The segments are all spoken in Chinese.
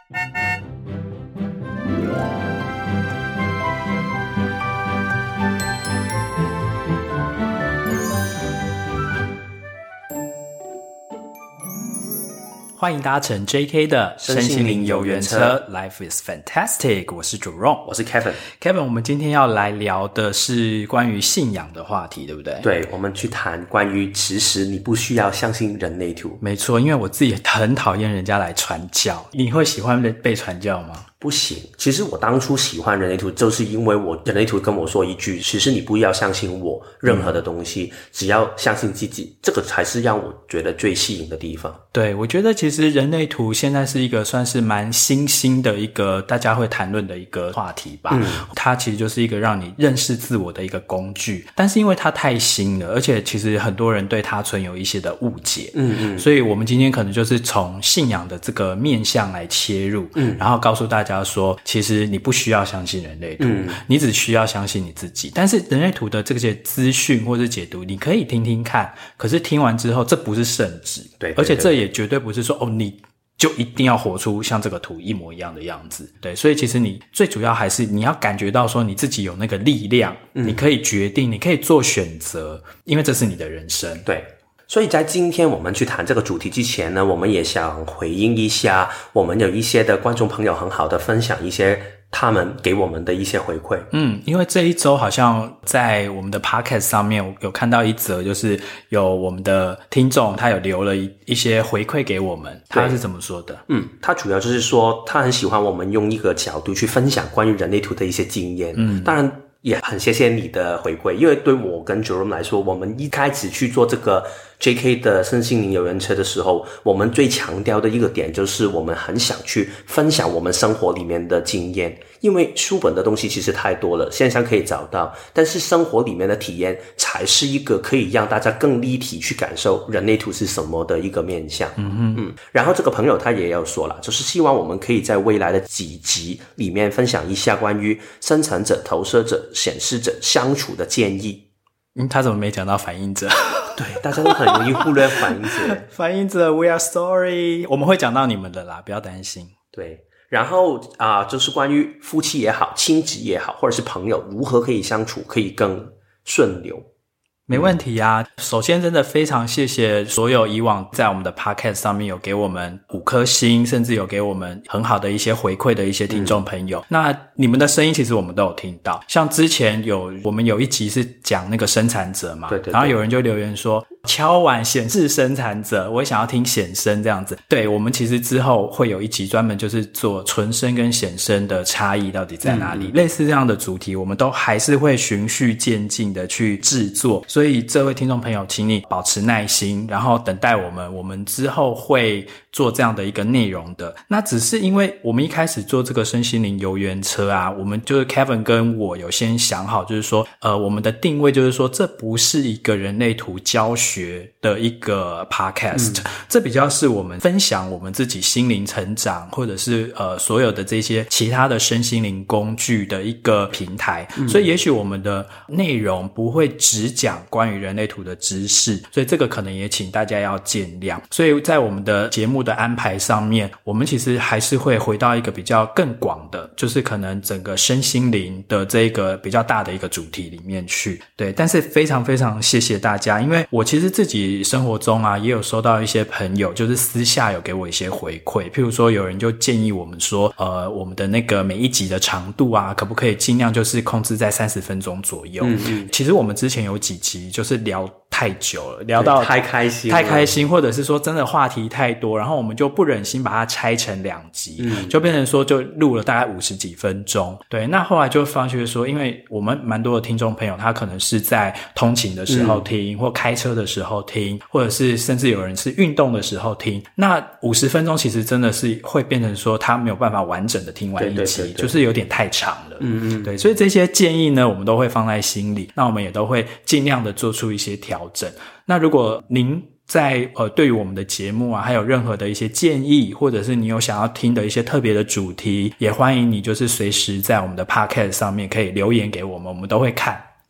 欢迎搭乘 JK 的身心灵游园车 Life is fantastic， 我是Jerome， 我是 Kevin。 Kevin， 我们今天要来聊的是关于信仰的话题，对不对？ 对，我们去谈关于其实你不需要相信人类图。 没错，因为我自己很讨厌人家来传教。你会喜欢被传教吗？ 不行，其实我当初喜欢人类图就是因为人类图跟我说一句，其实你不要相信我任何的东西，只要相信自己，这个才是让我觉得最吸引的地方。 对，我觉得其实人类图现在是一个算是蛮新兴的一个大家会谈论的一个话题吧。它其实就是一个让你认识自我的一个工具，但是因为它太新了，而且其实很多人对它存有一些的误解。所以我们今天可能就是从信仰的这个面向来切入，然后告诉大家说，其实你不需要相信人类图，你只需要相信你自己。但是人类图的这些资讯或者解读，你可以听听看，可是听完之后，这不是圣旨， 对， 而且这也绝对不是说你就一定要活出像这个图一模一样的样子。对，所以其实你最主要还是你要感觉到说你自己有那个力量，你可以决定，你可以做选择，因为这是你的人生。 对。所以在今天我们去谈这个主题之前呢，我们也想回应一下我们有一些的观众朋友很好的分享一些他们给我们的一些回馈。 因为这一周好像在我们的 podcast 上面有看到一则，就是有我们的听众他有留了一些回馈给我们。他是怎么说的？ 他主要就是说他很喜欢我们用一个角度去分享关于人类图的一些经验。当然也很谢谢你的回馈，因为对我跟 Jerome 来说，我们一开始去做这个 JK 的身心灵游园车的时候，我们最强调的一个点就是我们很想去分享我们生活里面的经验，因为书本的东西其实太多了，线上可以找到，但是生活里面的体验才是一个可以让大家更立体去感受人类图是什么的一个面向。然后这个朋友他也有说了，就是希望我们可以在未来的几集里面分享一下关于生成者、投射者、显示者相处的建议。 他怎么没讲到反映者？ 对，大家都很容易忽略反映者。 反映者 ，We are sorry， 我们会讲到你们的啦，不要担心。 对，然后就是关于夫妻也好，亲子也好，或者是朋友，如何可以相处，可以更顺流。 没问题啊。首先真的非常谢谢所有以往在我们的 podcast 上面有给我们5颗星，甚至有给我们很好的一些回馈的一些听众朋友。那你们的声音其实我们都有听到，像之前我们有一集是讲那个生产者嘛，对，然后有人就留言说敲碗显示生产者，我也想要听显声这样子。对，我们其实之后会有一集专门就是做纯声跟显声的差异到底在哪里，类似这样的主题我们都还是会循序渐进的去制作。所以这位听众朋友请你保持耐心，然后等待我们之后会做这样的一个内容的。那只是因为我们一开始做这个身心灵游园车啊，我们就是 Kevin 跟我有先想好，就是说我们的定位就是说这不是一个人类图教学的一个 podcast，这比较是我们分享我们自己心灵成长或者是所有的这些其他的身心灵工具的一个平台。所以也许我们的内容不会只讲关于人类图的知识，所以这个可能也请大家要见谅。所以在我们的节目的安排上面，我们其实还是会回到一个比较更广的，就是可能整个身心灵的这个比较大的一个主题里面去。对，但是非常非常谢谢大家，因为我其实自己生活中啊也有收到一些朋友就是私下有给我一些回馈，譬如说有人就建议我们说我们的那个每一集的长度啊可不可以尽量就是控制在30分钟左右。其实我们之前有几集就是聊太久了，聊到太开心， 或者是说真的话题太多，然后我们就不忍心把它拆成2集，就变成说就录了大概50几分钟。对，那后来就发觉说，因为我们蛮多的听众朋友他可能是在通勤的时候听，或开车的时候听，或者是甚至有人是运动的时候听，那50分钟其实真的是会变成说他没有办法完整的听完一集，对，就是有点太长了。对，所以这些建议呢我们都会放在心里，那我们也都会尽量的做出一些调整。那如果您在对于我们的节目啊还有任何的一些建议，或者是你有想要听的一些特别的主题，也欢迎你就是随时在我们的 podcast 上面可以留言给我们，我们都会看。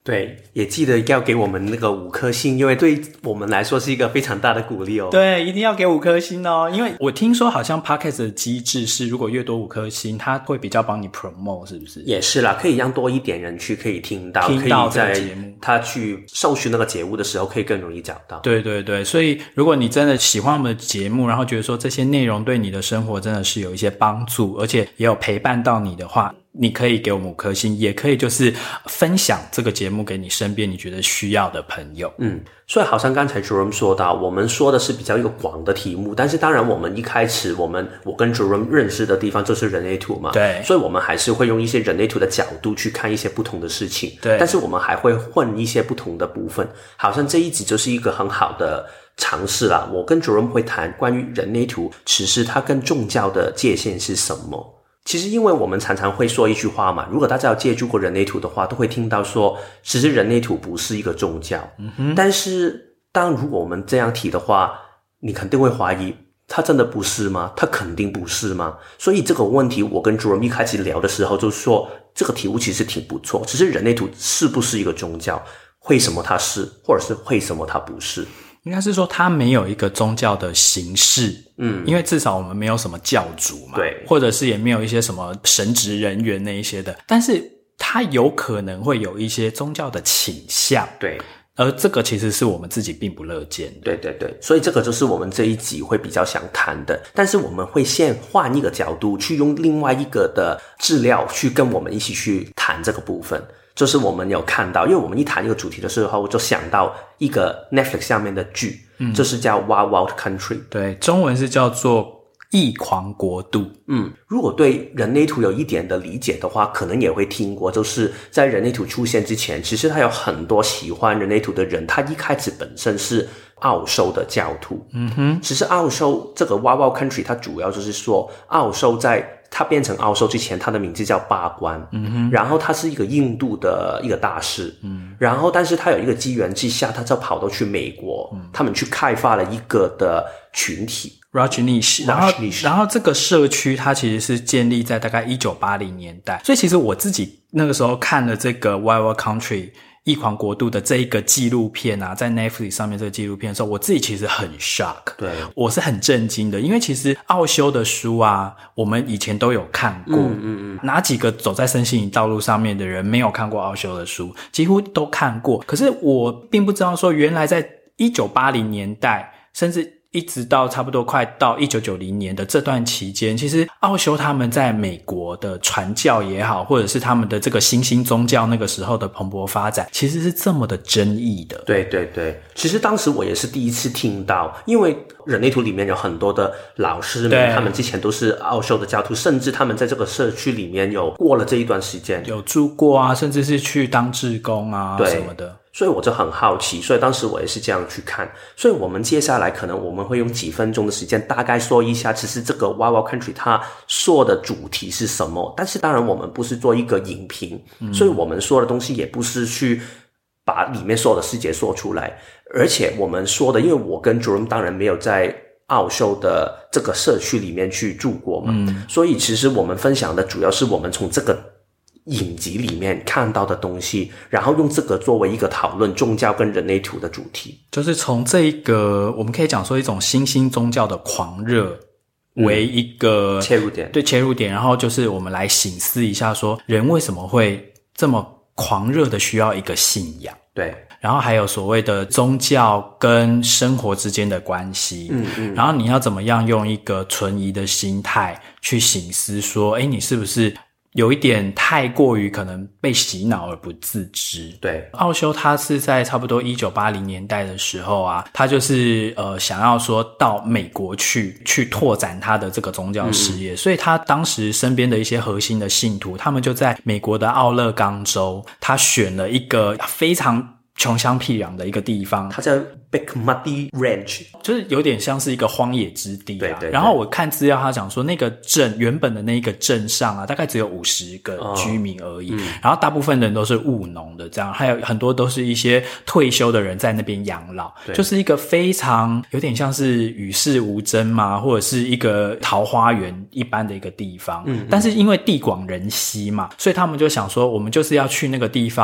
对，也记得要给我们那个5颗星，因为对我们来说是一个非常大的鼓励哦。 对，一定要给5颗星哦，因为我听说好像 Podcast 的机制是，如果越多5颗星，它会比较帮你 promote， 是不是？ 也是啦，可以让多一点人去可以听到这个节目， 他去搜寻那个节目的时候可以更容易找到。 对对对，所以如果你真的喜欢我们的节目，然后觉得说这些内容对你的生活真的是有一些帮助，而且也有陪伴到你的话，你可以给我们5颗星，也可以就是分享这个节目给你身边你觉得需要的朋友。 所以好像刚才 Jerome 说到，我们说的是比较一个广的题目，但是当然我们一开始我跟 Jerome 认识的地方就是人类图嘛， 对， 所以我们还是会用一些人类图的角度去看一些不同的事情， 对， 但是我们还会混一些不同的部分，好像这一集就是一个很好的尝试啦。我跟 Jerome 会谈关于人类图，其实它跟宗教的界限是什么。其实因为我们常常会说一句话嘛，如果大家有接触过人类图的话，都会听到说其实人类图不是一个宗教，但是如果我们这样提的话，你肯定会怀疑它真的不是吗？它肯定不是吗？所以这个问题我跟 Jerome 一开始聊的时候就说，这个题目其实挺不错，只是人类图是不是一个宗教，为什么它是，或者是为什么它不是。 应该是说它没有一个宗教的形式，因为至少我们没有什么教主嘛， 对， 或者是也没有一些什么神职人员那一些的，但是它有可能会有一些宗教的倾向， 对， 而这个其实是我们自己并不乐见的。 对对对，所以这个就是我们这一集会比较想谈的，但是我们会先换一个角度，去用另外一个的资料去跟我们一起去谈这个部分。就是我们有看到，因为我们一谈一个主题的时候，就想到一个 Netflix 下面的剧，就是叫 Wild Wild Country， 对，中文是叫做异狂国度。 如果对人类图有一点的理解的话，可能也会听过，就是在人类图出现之前，其实他有很多喜欢人类图的人，他一开始本身是澳洲的教徒。其实澳洲这个 Wild Wild Country 它主要就是说，澳洲在他变成澳洲之前，他的名字叫巴关，然后他是一个印度的一个大师，然后但是他有一个机缘之下，他就跑到去美国，他们去开发了一个的群体 Rajneesh， 然后这个社区它其实是建立在大概1980年代，所以其实我自己那个时候看了这个 Wild Wild Country异狂国度的这一个纪录片啊，在 Netflix 上面这个纪录片的时候，我自己其实很 shock， 对， 我是很震惊的，因为其实奥修的书啊，我们以前都有看过，哪几个走在身心灵道路上面的人没有看过奥修的书？几乎都看过，可是我并不知道说，原来在1980年代，甚至一直到差不多快到1990年的这段期间，其实奥修他们在美国的传教也好，或者是他们的这个新兴宗教那个时候的蓬勃发展，其实是这么的争议的。 对对对，其实当时我也是第一次听到，因为人类图里面有很多的老师们，他们之前都是奥修的教徒，甚至他们在这个社区里面有过了这一段时间， 有住过啊，甚至是去当志工啊什么的。 所以我就很好奇，所以当时我也是这样去看。所以我们接下来可能我们会用几分钟的时间大概说一下，其实这个 Wild Wild Country 它说的主题是什么。但是当然我们不是做一个影评，所以我们说的东西也不是去把里面所有的细节说出来。而且我们说的，因为我跟 Jerome 当然没有在澳洲的这个社区里面去住过嘛，所以其实我们分享的主要是我们从这个影集里面看到的东西，然后用这个作为一个讨论宗教跟人类图的主题， 就是从这一个我们可以讲说一种新兴宗教的狂热为一个切入点， 对，切入点，然后就是我们来省思一下说人为什么会这么狂热的需要一个信仰， 对， 然后还有所谓的宗教跟生活之间的关系，然后你要怎么样用一个存疑的心态去省思说，你是不是有一点太过于可能被洗脑而不自知。 对， 奥修他是在差不多1980年代的时候啊，他就是想要说到美国去拓展他的这个宗教事业，所以他当时身边的一些核心的信徒，他们就在美国的奥勒冈州，他选了一个非常穷乡僻壤的一个地方， 它叫 Big Muddy Ranch， 就是有点像是一个荒野之地啊。 对对对， 然后我看资料他讲说那个镇原本的那一个镇上啊，大概只有50个居民而已，然后大部分人都是务农的这样，还有很多都是一些退休的人在那边养老，就是一个非常有点像是与世无争嘛，或者是一个桃花源一般的一个地方。但是因为地广人稀嘛，所以他们就想说我们就是要去那个地方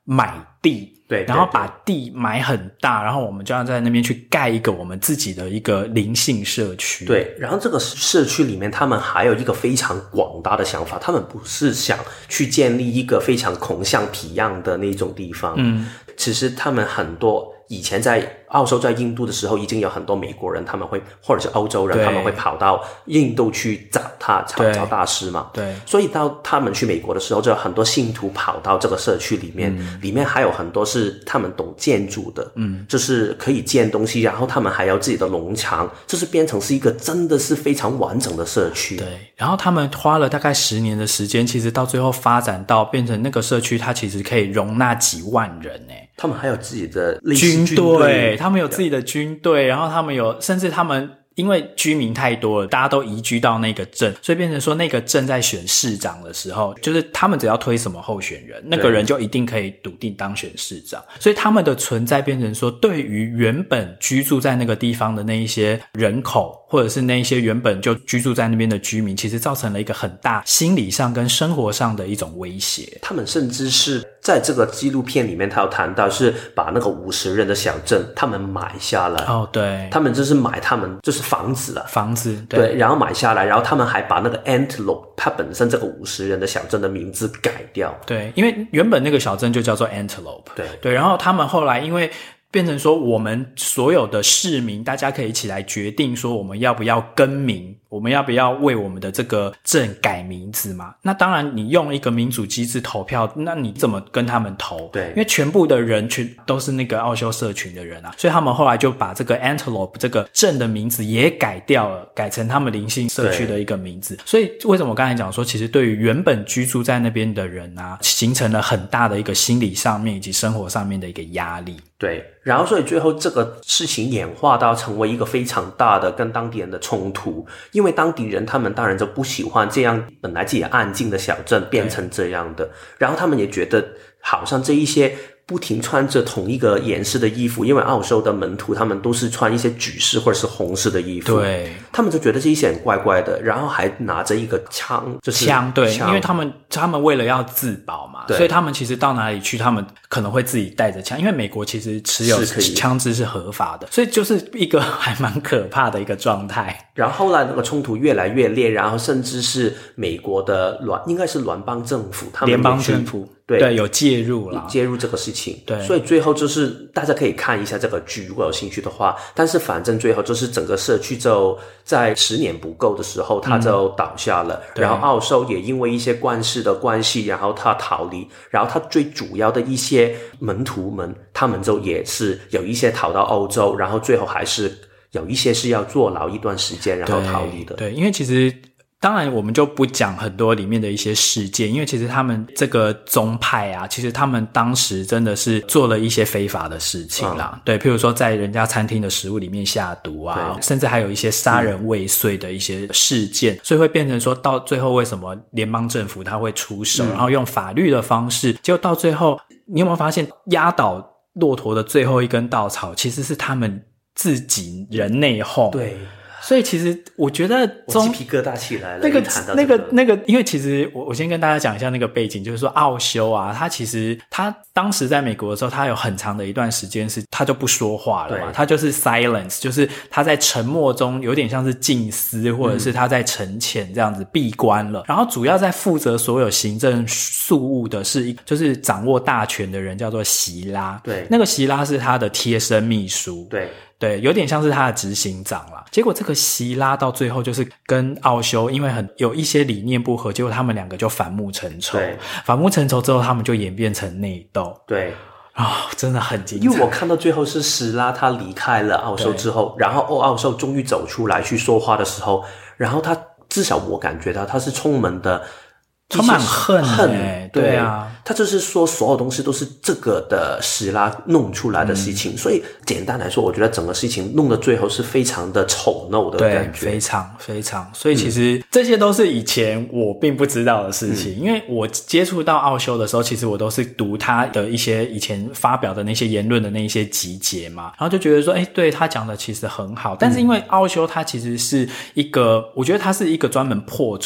买地， 对， 然后把地买很大，然后我们就要在那边去盖一个我们自己的一个灵性社区。 对，然后这个社区里面他们还有一个非常广大的想法，他们不是想去建立一个非常空巷皮样的那种地方，其实他们很多以前在澳洲在印度的时候已经有很多美国人他们会或者是欧洲人他们会跑到印度去找找大师嘛， 对， 所以到他们去美国的时候就有很多信徒跑到这个社区里面，里面还有很多是他们懂建筑的，就是可以建东西，然后他们还有自己的农场，就是变成是一个真的是非常完整的社区。 对，然后他们花了大概10年的时间，其实到最后发展到变成那个社区它其实可以容纳几万人耶。 他们还有自己的军队，他们有自己的军队，然后他们有，甚至他们因为居民太多了，大家都移居到那个镇，所以变成说那个镇在选市长的时候，就是他们只要推什么候选人，那个人就一定可以笃定当选市长。所以他们的存在变成说，对于原本居住在那个地方的那一些人口，或者是那一些原本就居住在那边的居民，其实造成了一个很大心理上跟生活上的一种威胁。 他们甚至是在这个纪录片里面他有谈到，是把那个50人的小镇他们买下来。 哦，对， 他们就是买他们就是房子啊， 房子对，然后买下来，然后他们还把那个 Antelope 它本身这个50人的小镇的名字改掉。 对，因为原本那个小镇就叫做 Antelope。对，然后他们后来因为变成说我们所有的市民大家可以一起来决定说我们要不要更名，我们要不要为我们的这个镇改名字嘛。那当然你用一个民主机制投票，那你怎么跟他们投？ 对， 因为全部的人都是那个奥修社群的人啊，所以他们后来就把这个 Antelope 这个镇的名字也改掉了，改成他们灵性社区的一个名字。所以为什么我刚才讲说其实对于原本居住在那边的人啊，形成了很大的一个心理上面以及生活上面的一个压力。 对，然后所以最后这个事情演化到成为一个非常大的跟当地人的冲突，因为当地人他们当然就不喜欢这样本来自己安静的小镇变成这样的，然后他们也觉得好像这一些不停穿着同一个颜色的衣服，因为澳洲的门徒他们都是穿一些橘色或者是红色的衣服， 对， 他们就觉得这一些很怪怪的，然后还拿着一个枪，就是枪，对，因为他们为了要自保嘛，所以他们其实到哪里去他们可能会自己带着枪，因为美国其实持有枪支是合法的，所以就是一个还蛮可怕的一个状态。 然后后来那个冲突越来越烈，然后甚至是美国的应该是联邦政府，他们联邦政府对有介入啦， 介入这个事情。 对， 所以最后就是大家可以看一下这个剧，如果有兴趣的话。但是反正最后就是整个社区就在10年不够的时候，它就倒下了。然后澳洲也因为一些官司的关系，然后他逃离。然后他最主要的一些门徒们，他们就也是有一些逃到欧洲，然后最后还是有一些是要坐牢一段时间然后逃离的。 对，因为其实当然我们就不讲很多里面的一些事件，因为其实他们这个宗派啊，其实他们当时真的是做了一些非法的事情啦。对，譬如说在人家餐厅的食物里面下毒啊，甚至还有一些杀人未遂的一些事件，所以会变成说到最后为什么联邦政府他会出手，然后用法律的方式，结果到最后你有没有发现压倒骆驼的最后一根稻草其实是他们自己人内讧。 对， 所以其实我觉得我鸡皮疙瘩起来了。 那个，因为其实我先跟大家讲一下那个背景，就是说奥修啊，他当时在美国的时候，他有很长的一段时间是他就不说话了嘛，他就是 silence， 就是他在沉默中有点像是静思，或者是他在沉潜这样子闭关了。然后主要在负责所有行政事务的就是掌握大权的人叫做席拉， 对， 那个席拉是他的贴身秘书，对，有点像是他的执行长啦。结果这个席拉到最后就是跟奥修因为有一些理念不合，结果他们两个就反目成仇。反目成仇之后，他们就演变成内斗。 对真的很精彩。 因为我看到最后是席拉他离开了奥修之后，然后奥修终于走出来去说话的时候，然后他至少我感觉到他是充满恨， 对啊， 他就是说所有东西都是这个的席拉弄出来的事情，所以简单来说，我觉得整个事情弄到最后是非常的丑陋的感觉， 对，非常非常。所以其实这些都是以前我并不知道的事情，因为我接触到奥修的时候，其实我都是读他的一些以前发表的那些言论的那一些集结嘛，然后就觉得说，对，他讲的其实很好，但是因为奥修他其实是一个，我觉得他是一个专门破除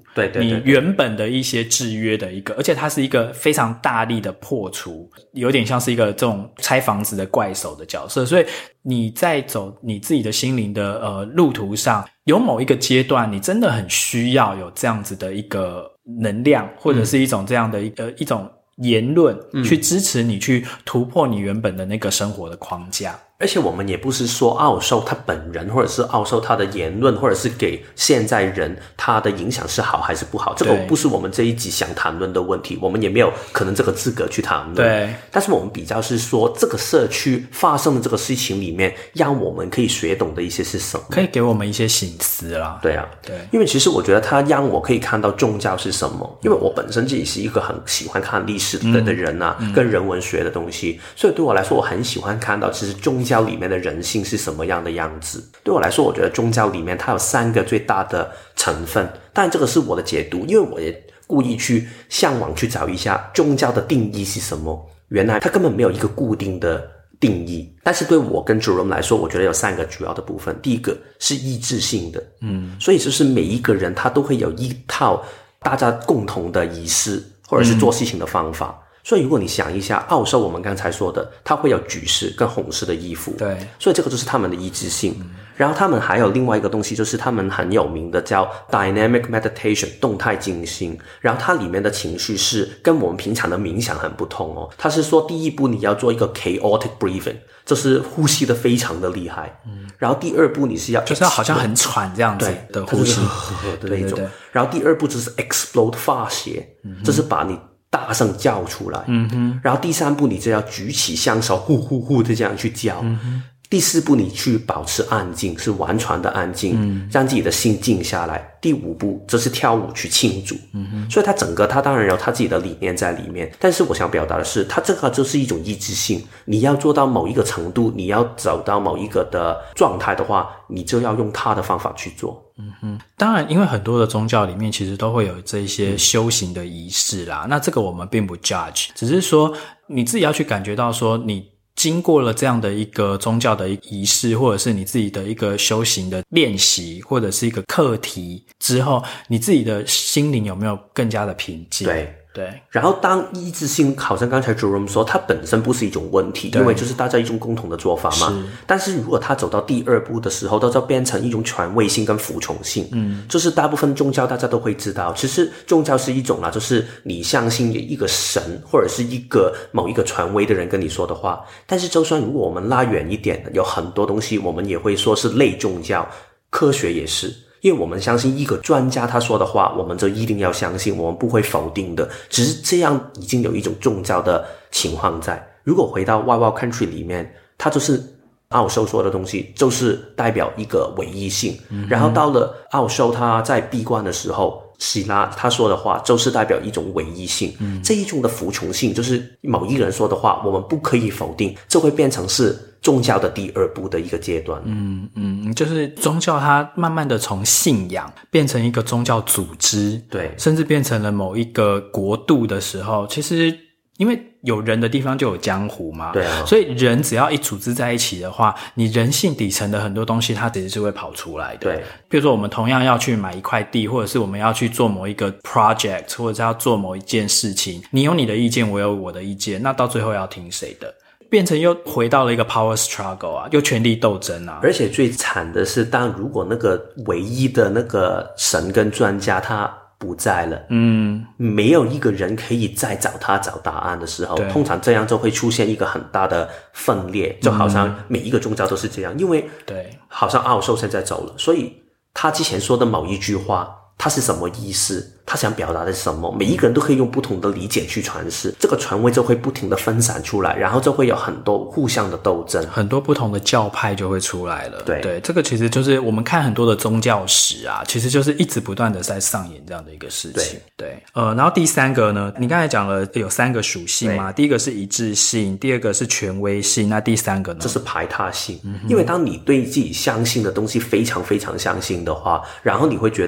对， 你原本的一些制约的一个，而且它是一个非常大力的破除，有点像是一个这种拆房子的怪手的角色。所以你在走你自己的心灵的路途上，有某一个阶段你真的很需要有这样子的一个能量，或者是一种这样的一种言论去支持你去突破你原本的那个生活的框架。 而且我们也不是说奥寿他本人，或者是奥寿他的言论，或者是给现在人他的影响是好还是不好，这个不是我们这一集想谈论的问题，我们也没有可能这个资格去谈论。 对， 但是我们比较是说这个社区发生的这个事情里面，让我们可以学懂的一些是什么， 可以给我们一些省思啦。 对啊， 对， 因为其实我觉得它让我可以看到宗教是什么，因为我本身自己是一个很喜欢看历史的人啊，跟人文学的东西，所以对我来说我很喜欢看到其实宗教里面的人性是什么样的样子。对我来说，我觉得宗教里面它有3个最大的成分，当然这个是我的解读，因为我也故意去向往去找一下宗教的定义是什么，原来它根本没有一个固定的定义。但是对我跟 Jerome 来说，我觉得有3个主要的部分。第一个是意志性的，所以就是每一个人他都会有一套大家共同的仪式或者是做事情的方法。所以如果你想一下，奥寿我们刚才说的，他会有举式跟红式的衣服， 对， 所以这个就是他们的意志性。然后他们还有另外一个东西，就是他们很有名的叫 dynamic meditation 动态静心，然后它里面的情绪是跟我们平常的冥想很不同哦。它是说第一步你要做一个 chaotic breathing， 就是呼吸的非常的厉害，然后第2步你是要就是好像很喘这样子的呼吸的那种，然后第2步就是 explode 发泄，就是把你大声叫出来，然后第3步你就要举起双手呼呼呼的这样去叫，第4步你去保持安静，是完全的安静，让自己的心静下来。第5步就是跳舞去庆祝，所以它整个它当然有它自己的理念在里面，但是我想表达的是它这个就是一种意志性，你要做到某一个程度，你要走到某一个的状态的话，你就要用它的方法去做。 当然因为很多的宗教里面其实都会有这些修行的仪式啦，那这个我们并不 judge， 只是说你自己要去感觉到说你经过了这样的一个宗教的仪式，或者是你自己的一个修行的练习，或者是一个课题之后，你自己的心灵有没有更加的平静？对， 然后当意志性好像刚才 Jerome 说它本身不是一种问题，因为就是大家一种共同的做法嘛，但是如果它走到第2步的时候，它就变成一种权威性跟服从性，就是大部分宗教大家都会知道，其实宗教是一种啦，就是你相信一个神或者是一个某一个权威的人跟你说的话，但是就算如果我们拉远一点，有很多东西我们也会说是类宗教，科学也是，因为我们相信一个专家他说的话，我们就一定要相信，我们不会否定的，只是这样已经有一种宗教的情况在。如果回到 Wild Wild Country 里面，它就是奥寿说的东西就是代表一个唯一性，然后到了奥寿他在闭关的时候，希拉他说的话就是代表一种唯一性，这一种的服从性就是某一个人说的话我们不可以否定，这会变成是宗教的第2步的一个阶段。 就是宗教它慢慢的从信仰变成一个宗教组织， 对， 甚至变成了某一个国度的时候，其实因为有人的地方就有江湖嘛， 对啊， 所以人只要一组织在一起的话，你人性底层的很多东西它其实是会跑出来的。 对， 比如说我们同样要去买一块地，或者是我们要去做某一个 project， 或者是要做某一件事情，你有你的意见，我有我的意见，那到最后要听谁的？变成又回到了一个 power struggle 啊，又权力斗争啊。 而且最惨的是，当如果那个唯一的那个神跟专家他不在了，没有一个人可以再找他找答案的时候，通常这样就会出现一个很大的分裂，就好像每一个宗教都是这样，因为好像奥寿现在走了，所以他之前说的某一句话它是什么意思，他想表达的是什么，每一个人都可以用不同的理解去诠释，这个权威就会不停的分散出来，然后就会有很多互相的斗争， 很多不同的教派就会出来了。 对， 这个其实就是我们看很多的宗教史啊，其实就是一直不断的在上演这样的一个事情。对，然后第3个呢，你刚才讲了有3个属性嘛，第一个是一致性，第2个是权威性，那第3个呢？ 这是排他性。因为当你对自己相信的东西非常非常相信的话，然后你会觉得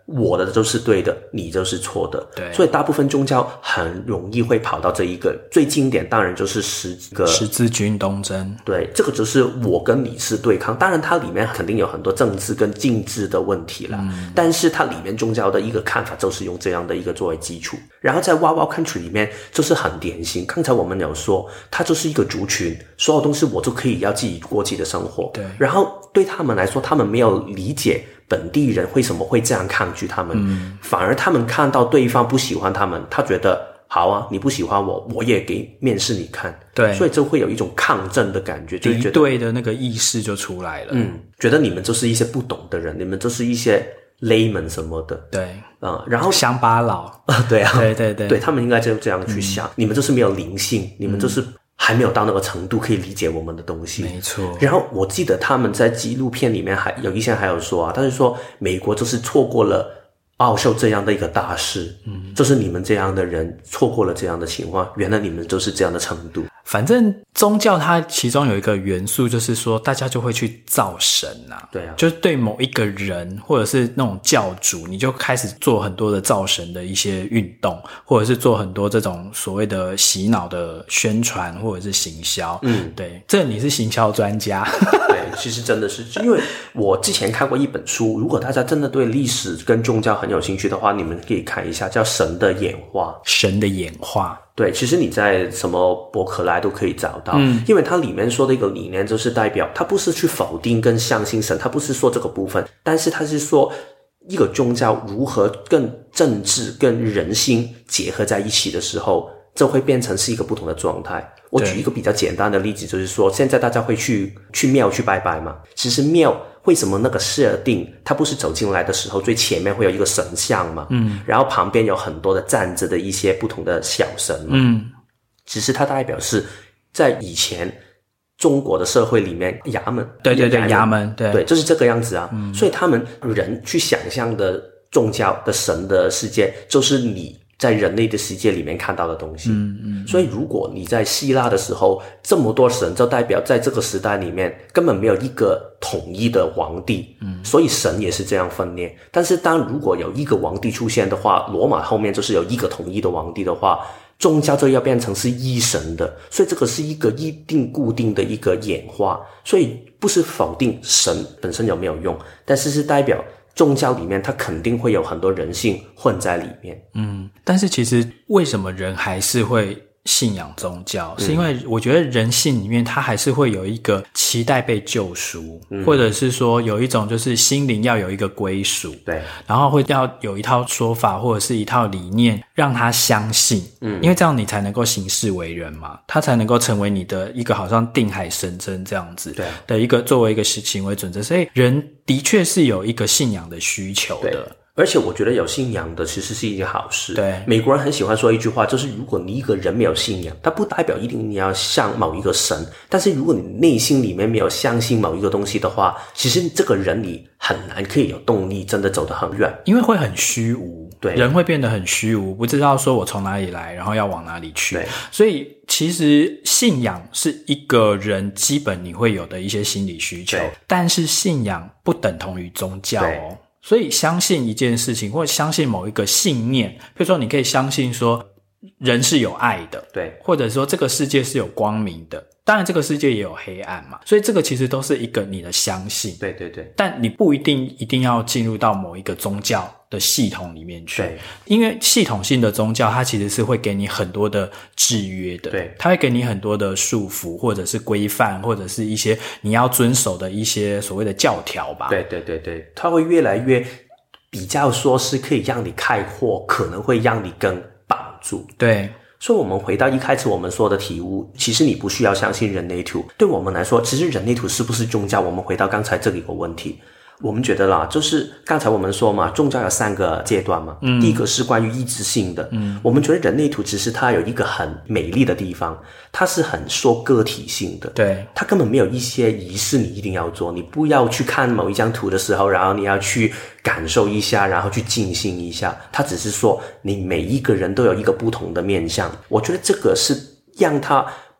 我的就是对的，你就是错的。 对， 所以大部分宗教很容易会跑到这一个，最经典当然就是十字军东征。 对，这个就是我跟你是对抗，当然它里面肯定有很多政治跟禁制的问题啦，但是它里面宗教的一个看法就是用这样的一个作为基础。然后在 Wild Wild Country 里面就是很典型，刚才我们有说它就是一个族群，所有东西我就可以要自己过自己的生活。 对， 然后对他们来说，他们没有理解本地人为什么会这样抗拒他们，反而他们看到对方不喜欢他们，他觉得好啊，你不喜欢我，我也给面试你看。 对， 所以就会有一种抗争的感觉， 敌对的那个意识就出来了。 觉得你们就是一些不懂的人，你们就是一些 layman 什么的。 对， 然后乡巴佬。 对啊， 对， 他们应该就这样去想，你们就是没有灵性，你们就是还没有到那个程度可以理解我们的东西。 没错。 然后我记得他们在纪录片里面还有一些还有说啊，他就说美国就是错过了奥秀这样的一个大事，就是你们这样的人错过了这样的情况，原来你们就是这样的程度。 反正宗教它其中有一个元素，就是说大家就会去造神啊。 对啊， 就是对某一个人或者是那种教主，你就开始做很多的造神的一些运动，或者是做很多这种所谓的洗脑的宣传或者是行销。对，这你是行销专家。 对，其实真的是，因为我之前看过一本书，如果大家真的对历史跟宗教很有兴趣的话，你们可以看一下，叫《神的演化》。 神的演化。 对，其实你在什么博客来都可以找到，因为它里面说的一个理念就是代表，它不是去否定跟相信神，它不是说这个部分，但是它是说一个宗教如何跟政治跟人心结合在一起的时候，这会变成是一个不同的状态。我举一个比较简单的例子，就是说现在大家会去庙去拜拜嘛，其实庙为什么那个设定它不是走进来的时候最前面会有一个神像嘛，然后旁边有很多的站着的一些不同的小神嘛，其实它代表是在以前中国的社会里面衙门， 对，衙门， 对，就是这个样子啊，所以他们人去想象的宗教的神的世界就是你在人类的世界里面看到的东西。所以如果你在希腊的时候这么多神，就代表在这个时代里面根本没有一个统一的皇帝，所以神也是这样分裂。但是如果有一个皇帝出现的话，罗马后面就是有一个统一的皇帝的话，宗教就要变成是一神的，所以这个是一个一定固定的一个演化。所以不是否定神本身有没有用，但是代表宗教里面它肯定会有很多人性混在里面。 但是其实为什么人还是会信仰宗教，是因为我觉得人性里面它还是会有一个期待被救赎，或者是说有一种就是心灵要有一个归属， 对， 然后会要有一套说法或者是一套理念让他相信，因为这样你才能够行事为人嘛，他才能够成为你的一个好像定海神针这样子的一个作为一个行为准则，所以人的确是有一个信仰的需求的。 而且我觉得有信仰的其实是一件好事。 对， 美国人很喜欢说一句话，就是如果你一个人没有信仰，它不代表一定你要像某一个神，但是如果你内心里面没有相信某一个东西的话，其实这个人你很难可以有动力真的走得很远， 因为会很虚无。 对， 人会变得很虚无，不知道说我从哪里来，然后要往哪里去。对，所以其实信仰是一个人基本你会有的一些心理需求，但是信仰不等同于宗教哦。所以相信一件事情或者相信某一个信念，比如说你可以相信说人是有爱的，对，或者说这个世界是有光明的，当然这个世界也有黑暗嘛，所以这个其实都是一个你的相信。对，但你不一定要进入到某一个宗教的系统里面去，对，因为系统性的宗教它其实是会给你很多的制约的，对，它会给你很多的束缚或者是规范或者是一些你要遵守的一些所谓的教条吧。对， 它会越来越比较说是可以让你开阔，可能会让你更绑住。对，所以我们回到一开始我们说的体悟，其实你不需要相信人类图。对我们来说，其实人类图是不是宗教，我们回到刚才这里一个问题，我们觉得啦，就是刚才我们说嘛，宗教有3个阶段嘛，第一个是关于意志性的，我们觉得人类图其实它有一个很美丽的地方，它是很说个体性的，对，它根本没有一些仪式你一定要做，你不要去看某一张图的时候，然后你要去感受一下，然后去静心一下，它只是说你每一个人都有一个不同的面向，我觉得这个是让它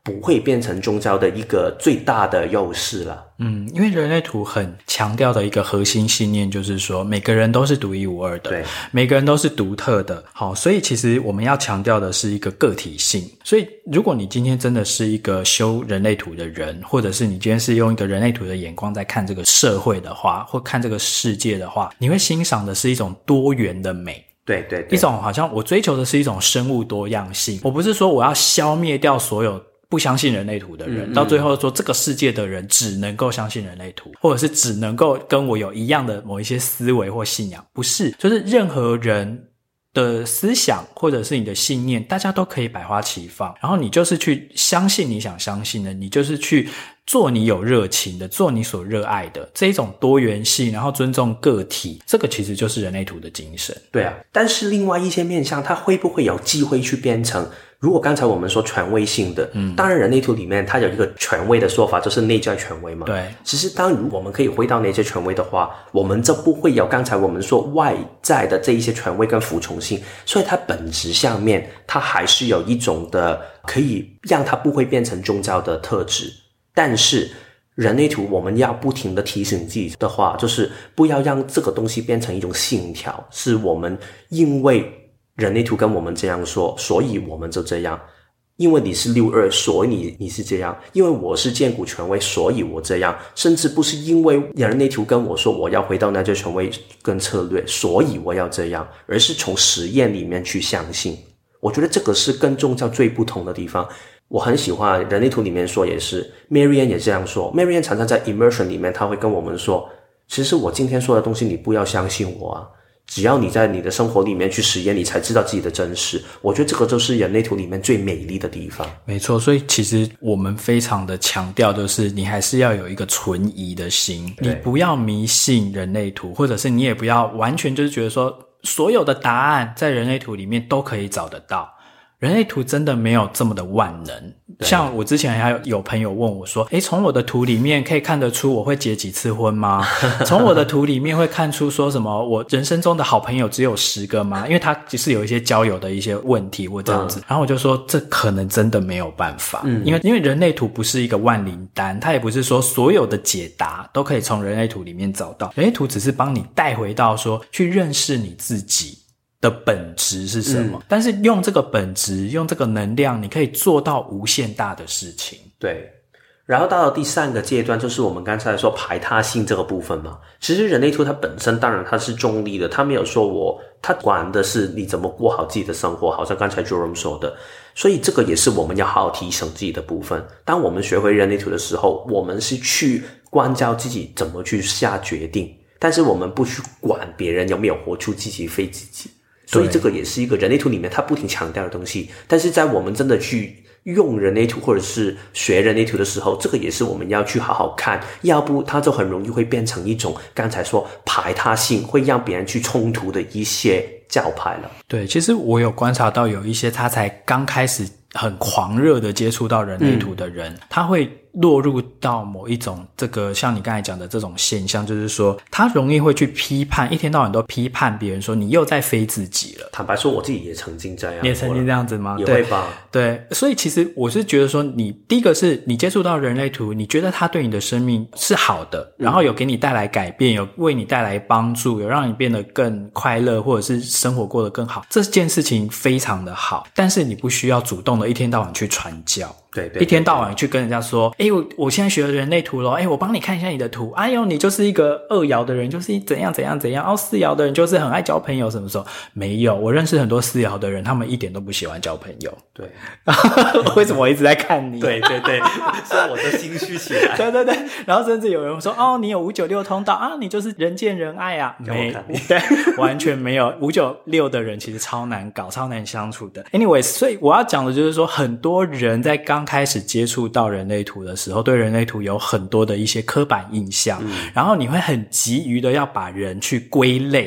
不会变成宗教的一个最大的优势了。 因为人类图很强调的一个核心信念就是说每个人都是独一无二的， 对， 每个人都是独特的。好，所以其实我们要强调的是一个个体性。所以如果你今天真的是一个修人类图的人，或者是你今天是用一个人类图的眼光在看这个社会的话，或看这个世界的话，你会欣赏的是一种多元的美。 对对对， 一种好像我追求的是一种生物多样性，我不是说我要消灭掉所有不相信人类图的人，到最后说这个世界的人只能够相信人类图，或者是只能够跟我有一样的某一些思维或信仰，不是，就是任何人的思想或者是你的信念，大家都可以百花齐放，然后你就是去相信你想相信的，你就是去做你有热情的，做你所热爱的，这一种多元性，然后尊重个体，这个其实就是人类图的精神。 对啊，但是另外一些面向它会不会有机会去变成，如果刚才我们说权威性的，当然人类图里面它有一个权威的说法，就是内在权威嘛。 对， 其实当我们可以回到内在权威的话，我们就不会有刚才我们说外在的这一些权威跟服从性，所以它本质上面它还是有一种的可以让它不会变成宗教的特质。但是人类图我们要不停的提醒自己的话，就是不要让这个东西变成一种信条，是我们因为人类图跟我们这样说，所以我们就这样，因为你是62，所以你是这样，因为我是荐股权威，所以我这样，甚至不是因为人类图跟我说我要回到那些权威跟策略，所以我要这样，而是从实验里面去相信。我觉得这个是跟宗教最不同的地方。我很喜欢人类图里面说也是 Marianne 也这样说， Marianne 常常在 Immersion 里面他会跟我们说，其实我今天说的东西你不要相信我啊，只要你在你的生活里面去实验，你才知道自己的真实。我觉得这个就是人类图里面最美丽的地方。 没错，所以其实我们非常的强调，就是你还是要有一个存疑的心，你不要迷信人类图，或者是你也不要完全就是觉得说所有的答案在人类图里面都可以找得到。人类图真的没有这么的万能。像我之前还有朋友问我说，从我的图里面可以看得出我会结几次婚吗？从我的图里面会看出说什么我人生中的好朋友只有10个吗？因为他只是有一些交友的一些问题或这样子。然后我就说这可能真的没有办法。因为人类图不是一个万灵丹，它也不是说所有的解答都可以从人类图里面找到。人类图只是帮你带回到说去认识你自己的本质是什么，但是用这个本质，用这个能量，你可以做到无限大的事情。 对，然后到了第3个阶段，就是我们刚才说排他性这个部分嘛。其实人类图它本身当然它是中立的，它没有说它管的是你怎么过好自己的生活，好像刚才 Jerome 说的。所以这个也是我们要好好提升自己的部分。当我们学会人类图的时候，我们是去关照自己怎么去下决定，但是我们不去管别人有没有活出自己非自己。所以这个也是一个人类图里面它不停强调的东西，但是在我们真的去用人类图或者是学人类图的时候，这个也是我们要去好好看，要不它就很容易会变成一种刚才说排他性，会让别人去冲突的一些教派了。 对，其实我有观察到有一些他才刚开始很狂热的接触到人类图的人，他会落入到某一种这个像你刚才讲的这种现象，就是说他容易会去批判，一天到晚都批判别人说你又在非自己了。 坦白说我自己也曾经这样。 你也曾经这样子吗？ 也会吧。 对，所以其实我是觉得说你第一个是你接触到人类图，你觉得它对你的生命是好的，然后有给你带来改变，有为你带来帮助，有让你变得更快乐，或者是生活过得更好，这件事情非常的好。但是你不需要主动的一天到晚去传教。 对， 一天到晚去跟人家说我现在学了人类图咯，我帮你看一下你的图，你就是一个2爻的人，就是怎样怎样怎样，4爻的人就是很爱交朋友，什么时候没有？我认识很多4爻的人，他们一点都不喜欢交朋友。 对为什么我一直在看你？ 对对对，所以我的心虚起来。 对对对，然后甚至有人说你有596通道啊，你就是人见人爱啊。没，对，完全没有。596的人其实超难搞，超难相处的。Anyways， 所以我要讲的就是说，很多人在刚开始接触到人类图的时候，对人类图有很多的一些刻板印象，然后你会很急于的要把人去归类，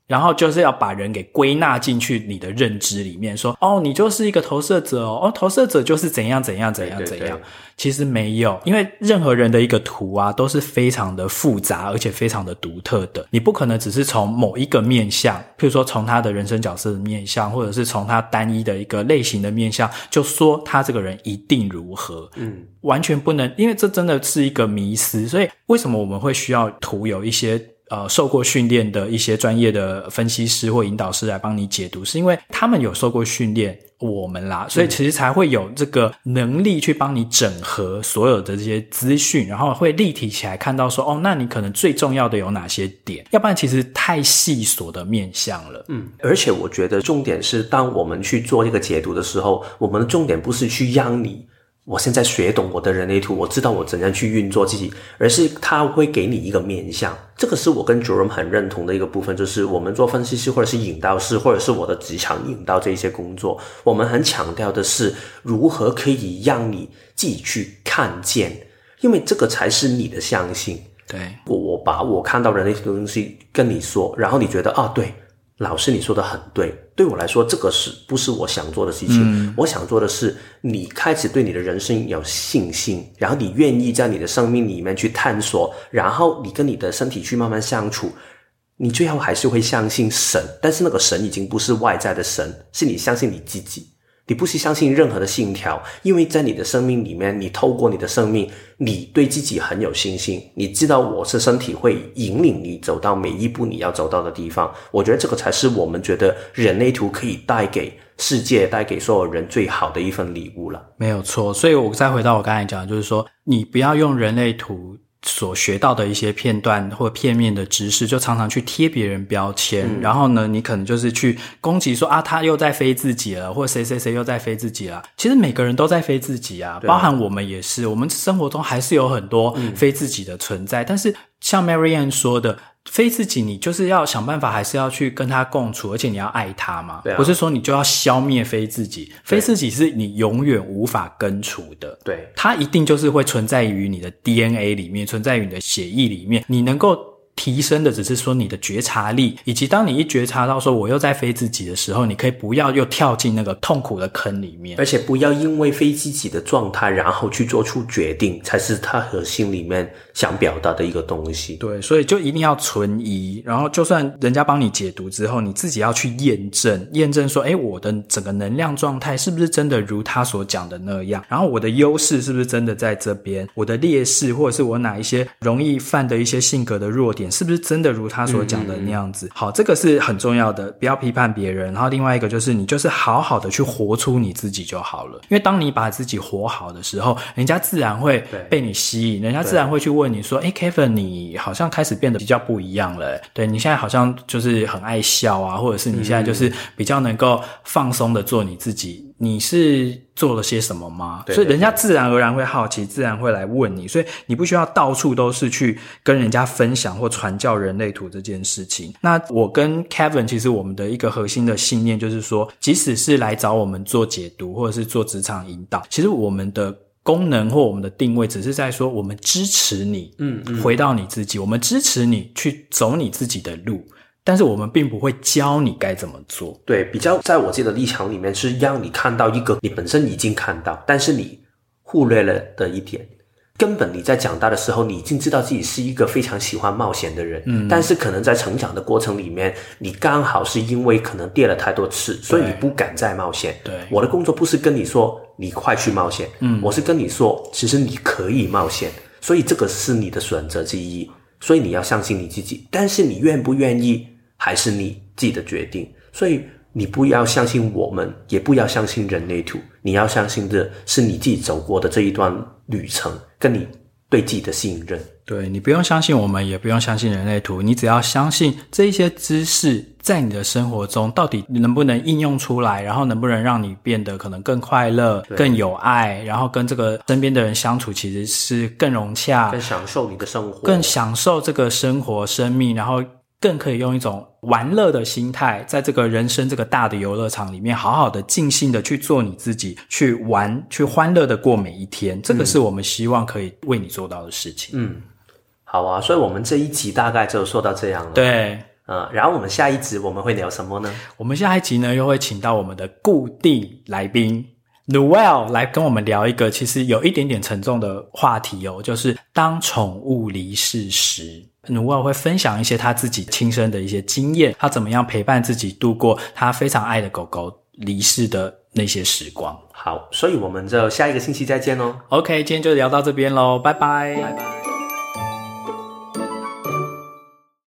然后就是要把人给归纳进去你的认知里面，说哦，你就是一个投射者哦，投射者就是怎样怎样怎样怎样。其实没有，因为任何人的一个图啊都是非常的复杂而且非常的独特的，你不可能只是从某一个面向，譬如说从他的人生角色的面向，或者是从他单一的一个类型的面向，就说他这个人一定如何，完全不能，因为这真的是一个迷思。所以为什么我们会需要图有一些受过训练的一些专业的分析师或引导师来帮你解读，是因为他们有受过训练，我们啦，所以其实才会有这个能力去帮你整合所有的这些资讯，然后会立体起来看到说，哦，那你可能最重要的有哪些点，要不然其实太细琐的面向了。 而且我觉得重点是，当我们去做这个解读的时候，我们的重点不是去让你我现在学懂我的人类图，我知道我怎样去运作自己，而是他会给你一个面向。这个是我跟 Jerome 很认同的一个部分，就是我们做分析师或者是引导师，或者是我的职场引导这一些工作，我们很强调的是如何可以让你自己去看见，因为这个才是你的相信。 对， 我把我看到人类图的东西跟你说，然后你觉得啊，对，老师你说的很对，对我来说这个不是我想做的事情，我想做的是你开始对你的人生有信心，然后你愿意在你的生命里面去探索，然后你跟你的身体去慢慢相处，你最后还是会相信神，但是那个神已经不是外在的神，是你相信你自己，你不是相信任何的信条，因为在你的生命里面，你透过你的生命，你对自己很有信心，你知道我是身体会引领你走到每一步你要走到的地方。我觉得这个才是我们觉得人类图可以带给世界，带给所有人最好的一份礼物了。 没有错，所以我再回到我刚才讲的，就是说你不要用人类图所学到的一些片段或片面的知识，就常常去贴别人标签，然后呢，你可能就是去攻击说啊，他又在飞自己了，或者谁谁谁又在飞自己了。其实每个人都在飞自己啊，包含我们也是，我们生活中还是有很多飞自己的存在，但是像 Marianne 说的，非自己你就是要想办法，还是要去跟他共处，而且你要爱他嘛，不是说你就要消灭非自己，非自己是你永远无法根除的， 对， 它一定就是会存在于你的 DNA 里面，存在于你的血液里面，你能够提升的只是说你的觉察力，以及当你一觉察到说我又在非自己的时候，你可以不要又跳进那个痛苦的坑里面， 而且不要因为非自己的状态然后去做出决定，才是他核心里面想表达的一个东西。 对，所以就一定要存疑，然后就算人家帮你解读之后，你自己要去验证说，我的整个能量状态是不是真的如他所讲的那样，然后我的优势是不是真的在这边，我的劣势或者是我哪一些容易犯的一些性格的弱点是不是真的如他所讲的那样子。好，这个是很重要的，不要批判别人。然后另外一个就是你就是好好的去活出你自己就好了，因为当你把自己活好的时候，人家自然会被你吸引，人家自然会去问你说Kevin 你好像开始变得比较不一样了，对，你现在好像就是很爱笑啊，或者是你现在就是比较能够放松的做你自己，你是做了些什么吗？所以人家自然而然会好奇，自然会来问你，所以你不需要到处都是去跟人家分享或传教人类图这件事情。那我跟 Kevin 其实我们的一个核心的信念就是说，即使是来找我们做解读或者是做职场引导，其实我们的功能或我们的定位只是在说我们支持你回到你自己，我们支持你去走你自己的路，但是我们并不会教你该怎么做。 对，比较在我自己的立场里面是让你看到一个你本身已经看到但是你忽略了的一点，根本你在长大的时候你已经知道自己是一个非常喜欢冒险的人，但是可能在成长的过程里面你刚好是因为可能跌了太多次，所以你不敢再冒险。 对， 我的工作不是跟你说你快去冒险，我是跟你说其实你可以冒险，所以这个是你的选择之一，所以你要相信你自己，但是你愿不愿意还是你自己的决定。所以你不要相信我们，也不要相信人类图，你要相信的是你自己走过的这一段旅程跟你对自己的信任。 对，你不用相信我们，也不用相信人类图，你只要相信这一些知识在你的生活中到底能不能应用出来，然后能不能让你变得可能更快乐更有爱，然后跟这个身边的人相处其实是更融洽， 更享受你的生活， 更享受这个生活生命，然后更可以用一种玩乐的心态，在这个人生这个大的游乐场里面好好的尽兴的去做你自己，去玩，去欢乐的过每一天，这个是我们希望可以为你做到的事情。 好啊，所以我们这一集大概就说到这样了。 对， 然后我们下一集我们会聊什么呢？ 我们下一集呢又会请到我们的固定来宾Noel 来跟我们聊一个其实有一点点沉重的话题哦，就是当宠物离世时，Noel 会分享一些他自己亲身的一些经验，他怎么样陪伴自己度过他非常爱的狗狗离世的那些时光。 好，所以我们就下一个星期再见咯。 OK， 今天就聊到这边咯，拜拜。 拜拜。